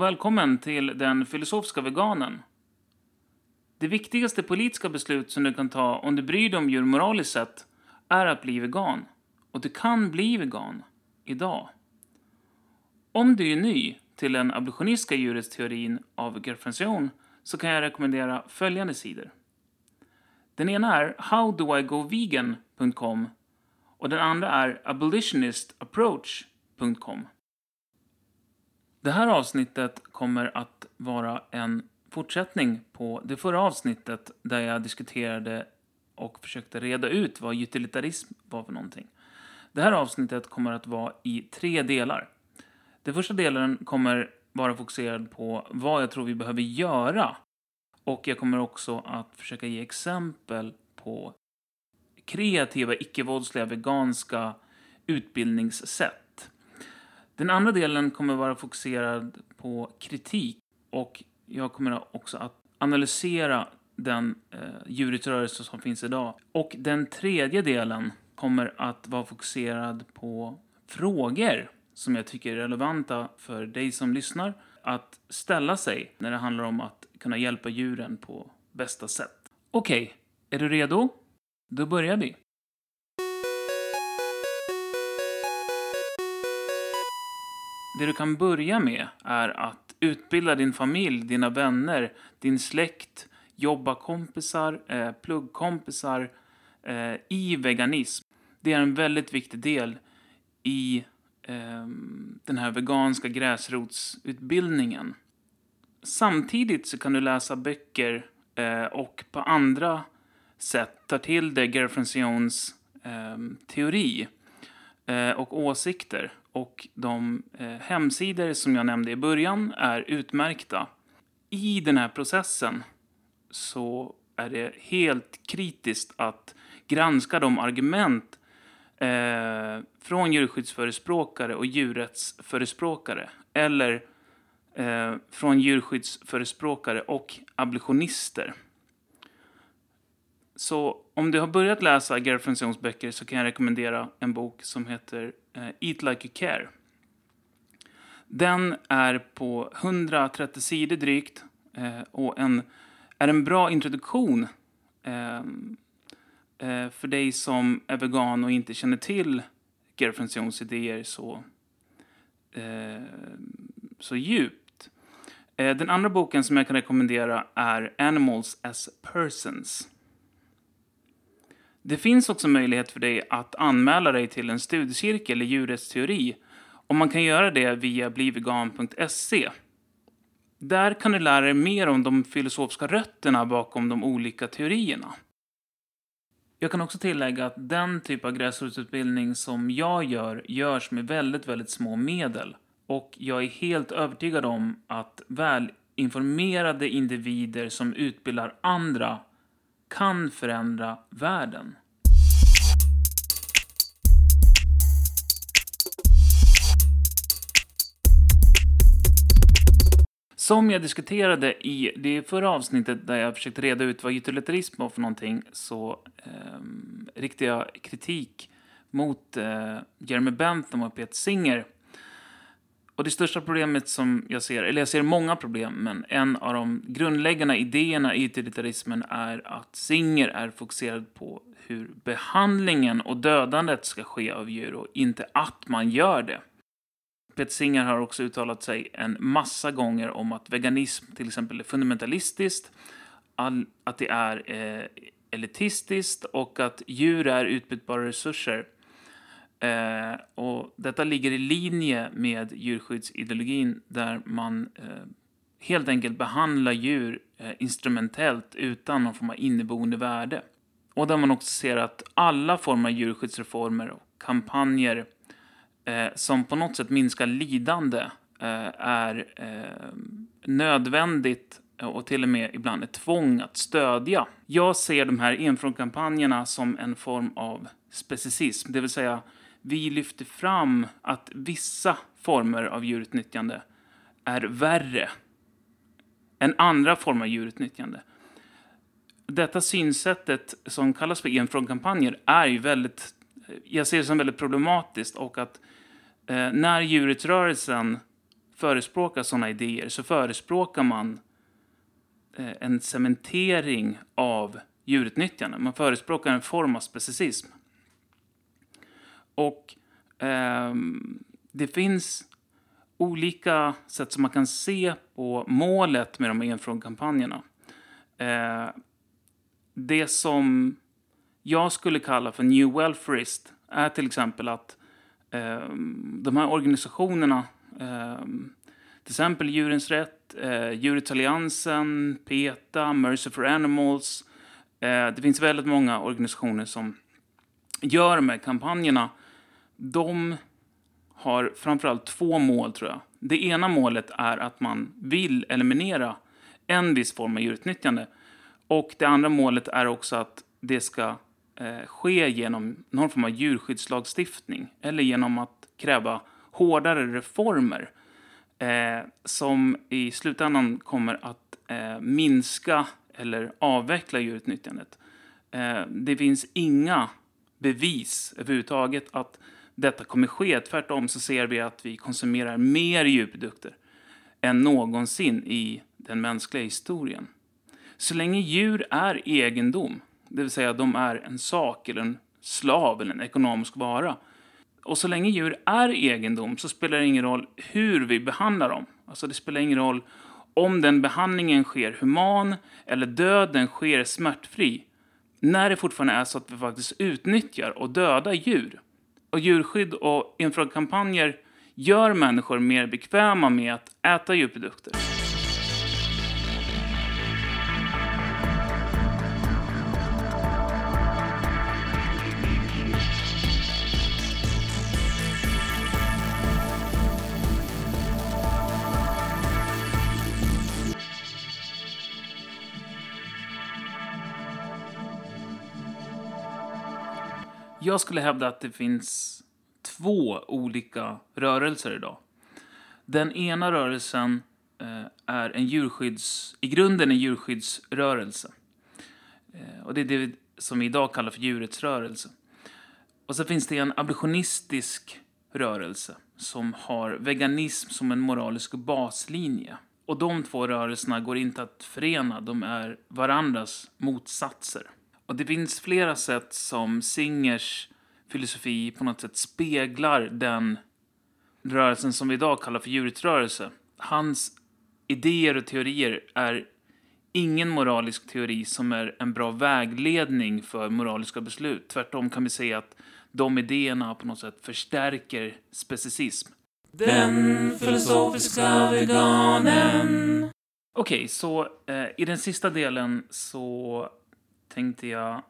och välkommen till den filosofiska veganen. Det viktigaste politiska beslut som du kan ta om du bryr dig om djur moraliskt sett är att bli vegan. Och du kan bli vegan idag. Om du är ny till den abolitionistiska djurrättsteorin av Gerfension så kan jag rekommendera följande sidor. Den ena är howdoigovegan.com och den andra är abolitionistapproach.com. Det här avsnittet kommer att vara en fortsättning på det förra avsnittet där jag diskuterade och försökte reda ut vad utilitarism var för någonting. Det här avsnittet kommer att vara i 3 delar. Den första delen kommer vara fokuserad på vad jag tror vi behöver göra. Och jag kommer också att försöka ge exempel på kreativa, icke-våldsliga, veganska utbildningssätt. Den andra delen kommer vara fokuserad på kritik och jag kommer också att analysera den djurrättsrörelse som finns idag. Och den tredje delen kommer att vara fokuserad på frågor som jag tycker är relevanta för dig som lyssnar att ställa sig när det handlar om att kunna hjälpa djuren på bästa sätt. Okej, är du redo? Då börjar vi. Det du kan börja med är att utbilda din familj, dina vänner, din släkt, jobbarkompisar, pluggkompisar i veganism. Det är en väldigt viktig del i den här veganska gräsrotsutbildningen. Samtidigt så kan du läsa böcker och på andra sätt ta till dig Gerfensions teori och åsikter. Och de hemsidor som jag nämnde i början är utmärkta. I den här processen så är det helt kritiskt att granska de argument från djurskyddsförespråkare och djurrättsförespråkare eller från djurskyddsförespråkare och abolitionister. Så om du har börjat läsa Gerfensions böcker så kan jag rekommendera en bok som heter Eat Like You Care. Den är på 130 sidor drygt och är en bra introduktion för dig som är vegan och inte känner till Gerfensions idéer så djupt. Den andra boken som jag kan rekommendera är Animals as Persons. Det finns också möjlighet för dig att anmäla dig till en studiecirkel i djurrättsteori och man kan göra det via blivegan.se. Där kan du lära dig mer om de filosofiska rötterna bakom de olika teorierna. Jag kan också tillägga att den typ av gräsrotsutbildning som jag görs med väldigt, väldigt små medel. Och jag är helt övertygad om att välinformerade individer som utbildar andra kan förändra världen. Som jag diskuterade i det förra avsnittet där jag försökte reda ut vad utilitarism var för någonting så riktade jag kritik mot Jeremy Bentham och Peter Singer. Och det största problemet som jag ser många problem, men en av de grundläggande idéerna i utilitarismen är att Singer är fokuserad på hur behandlingen och dödandet ska ske av djur och inte att man gör det. Peter Singer har också uttalat sig en massa gånger om att veganism till exempel är fundamentalistiskt, att det är elitistiskt och att djur är utbytbara resurser. Och detta ligger i linje med djurskyddsideologin där man helt enkelt behandlar djur instrumentellt utan någon form av inneboende värde. Och där man också ser att alla former av djurskyddsreformer och kampanjer som på något sätt minskar lidande är nödvändigt och till och med ibland ett tvång att stödja. Jag ser de här enfrånkampanjerna som en form av specicism, det vill säga vi lyfter fram att vissa former av djurutnyttjande är värre än andra former av djurutnyttjande. Detta synsättet som kallas för enfrånkampanjer är ju jag ser det som väldigt problematiskt och att när djurrättsrörelsen förespråkar sådana idéer så förespråkar man en cementering av djurutnyttjande. Man förespråkar en form av speciesism. Och det finns olika sätt som man kan se på målet med de enfrågekampanjerna. Det som jag skulle kalla för New Welfarist är till exempel att de här organisationerna, till exempel Djurens Rätt, Djurrättsalliansen, PETA, Mercy for Animals. Det finns väldigt många organisationer som gör de här kampanjerna. De har framförallt 2 mål, tror jag. Det ena målet är att man vill eliminera en viss form av djurutnyttjande. Och det andra målet är också att det ska ske genom någon form av djurskyddslagstiftning. Eller genom att kräva hårdare reformer. Som i slutändan kommer att minska eller avveckla djurutnyttjandet. Det finns inga bevis överhuvudtaget att detta kommer ske. Tvärtom så ser vi att vi konsumerar mer djurprodukter än någonsin i den mänskliga historien. Så länge djur är egendom, det vill säga de är en sak eller en slav eller en ekonomisk vara. Och så länge djur är egendom så spelar det ingen roll hur vi behandlar dem. Alltså det spelar ingen roll om den behandlingen sker human eller döden sker smärtfri. När det fortfarande är så att vi faktiskt utnyttjar och dödar djur. Och djurskydd och infrakampanjer gör människor mer bekväma med att äta djurprodukter. Jag skulle hävda att det finns 2 olika rörelser idag. Den ena rörelsen är i grunden en djurskyddsrörelse. Och det är det som vi idag kallar för djurrättsrörelse. Och så finns det en abolitionistisk rörelse som har veganism som en moralisk baslinje. Och de 2 rörelserna går inte att förena, de är varandras motsatser. Och det finns flera sätt som Singers filosofi på något sätt speglar den rörelsen som vi idag kallar för djurrättsrörelse. Hans idéer och teorier är ingen moralisk teori som är en bra vägledning för moraliska beslut. Tvärtom kan vi säga att de idéerna på något sätt förstärker speciesism. Den filosofiska veganen. Okej, så i den sista delen så tänkte jag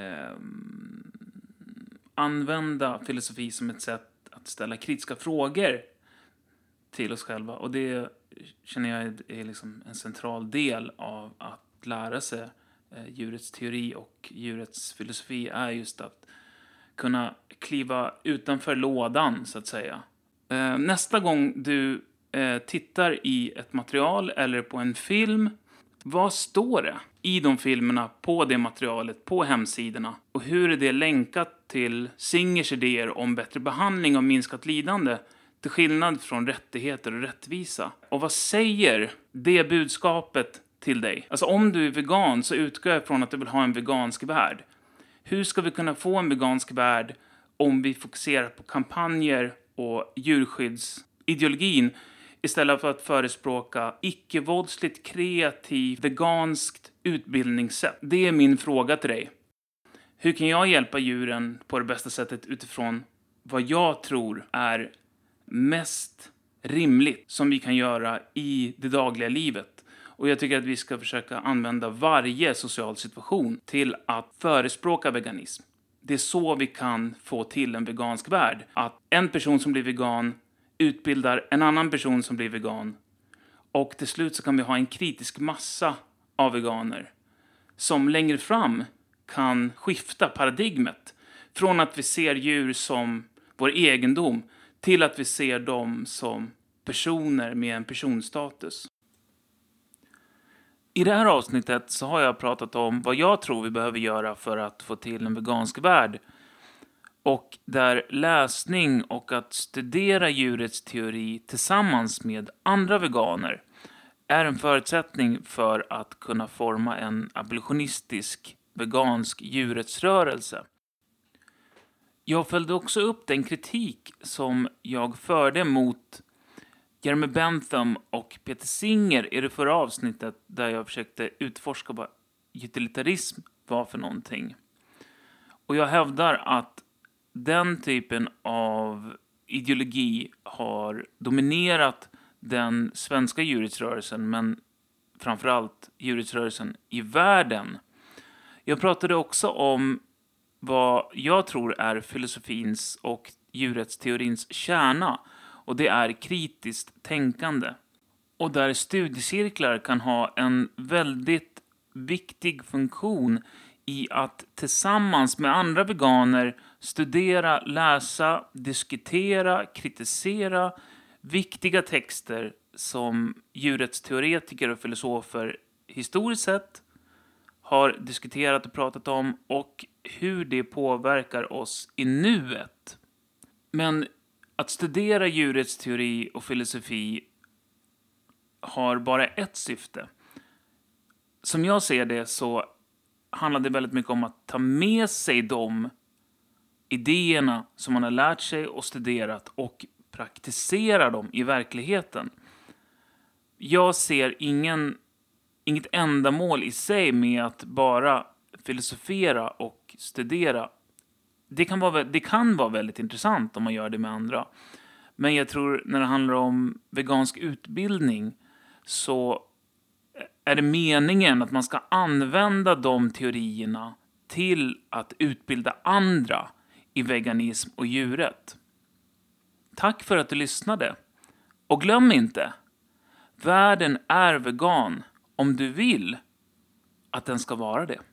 använda filosofi som ett sätt att ställa kritiska frågor till oss själva. Och det känner jag är liksom en central del av att lära sig djurets teori och djurets filosofi är just att kunna kliva utanför lådan, så att säga. Nästa gång du tittar i ett material eller på en film, vad står det i de filmerna, på det materialet, på hemsidorna? Och hur är det länkat till Singers idéer om bättre behandling och minskat lidande, till skillnad från rättigheter och rättvisa? Och vad säger det budskapet till dig? Alltså om du är vegan så utgår jag från att du vill ha en vegansk värld. Hur ska vi kunna få en vegansk värld om vi fokuserar på kampanjer och djurskyddsideologin istället för att förespråka icke-våldsligt, kreativt, veganskt utbildningssätt? Det är min fråga till dig. Hur kan jag hjälpa djuren på det bästa sättet utifrån vad jag tror är mest rimligt som vi kan göra i det dagliga livet? Och jag tycker att vi ska försöka använda varje social situation till att förespråka veganism. Det är så vi kan få till en vegansk värld. Att en person som blir vegan utbildar en annan person som blir vegan. Och till slut så kan vi ha en kritisk massa av veganer som längre fram kan skifta paradigmet. Från att vi ser djur som vår egendom till att vi ser dem som personer med en personstatus. I det här avsnittet så har jag pratat om vad jag tror vi behöver göra för att få till en vegansk värld. Och där läsning och att studera djurets teori tillsammans med andra veganer är en förutsättning för att kunna forma en abolitionistisk vegansk djurrättsrörelse. Jag följde också upp den kritik som jag förde mot Jeremy Bentham och Peter Singer i det förra avsnittet där jag försökte utforska vad utilitarism var för någonting. Och jag hävdar att den typen av ideologi har dominerat den svenska djurrättsrörelsen, men framförallt djurrättsrörelsen i världen. Jag pratade också om vad jag tror är filosofins och djurrättsteorins kärna, och det är kritiskt tänkande. Och där studiecirklar kan ha en väldigt viktig funktion i att tillsammans med andra veganer studera, läsa, diskutera, kritisera viktiga texter som djurrättsteoretiker och filosofer historiskt sett har diskuterat och pratat om och hur det påverkar oss i nuet. Men att studera djurrättsteori och filosofi har bara ett syfte. Som jag ser det så handlar det väldigt mycket om att ta med sig de idéerna som man har lärt sig och studerat och praktisera dem i verkligheten. Jag ser inget ändamål i sig med att bara filosofera och studera. Det kan vara väldigt intressant om man gör det med andra. Men jag tror när det handlar om vegansk utbildning så är det meningen att man ska använda de teorierna till att utbilda andra i veganism och djurrätt. Tack för att du lyssnade. Och glöm inte, världen är vegan om du vill att den ska vara det.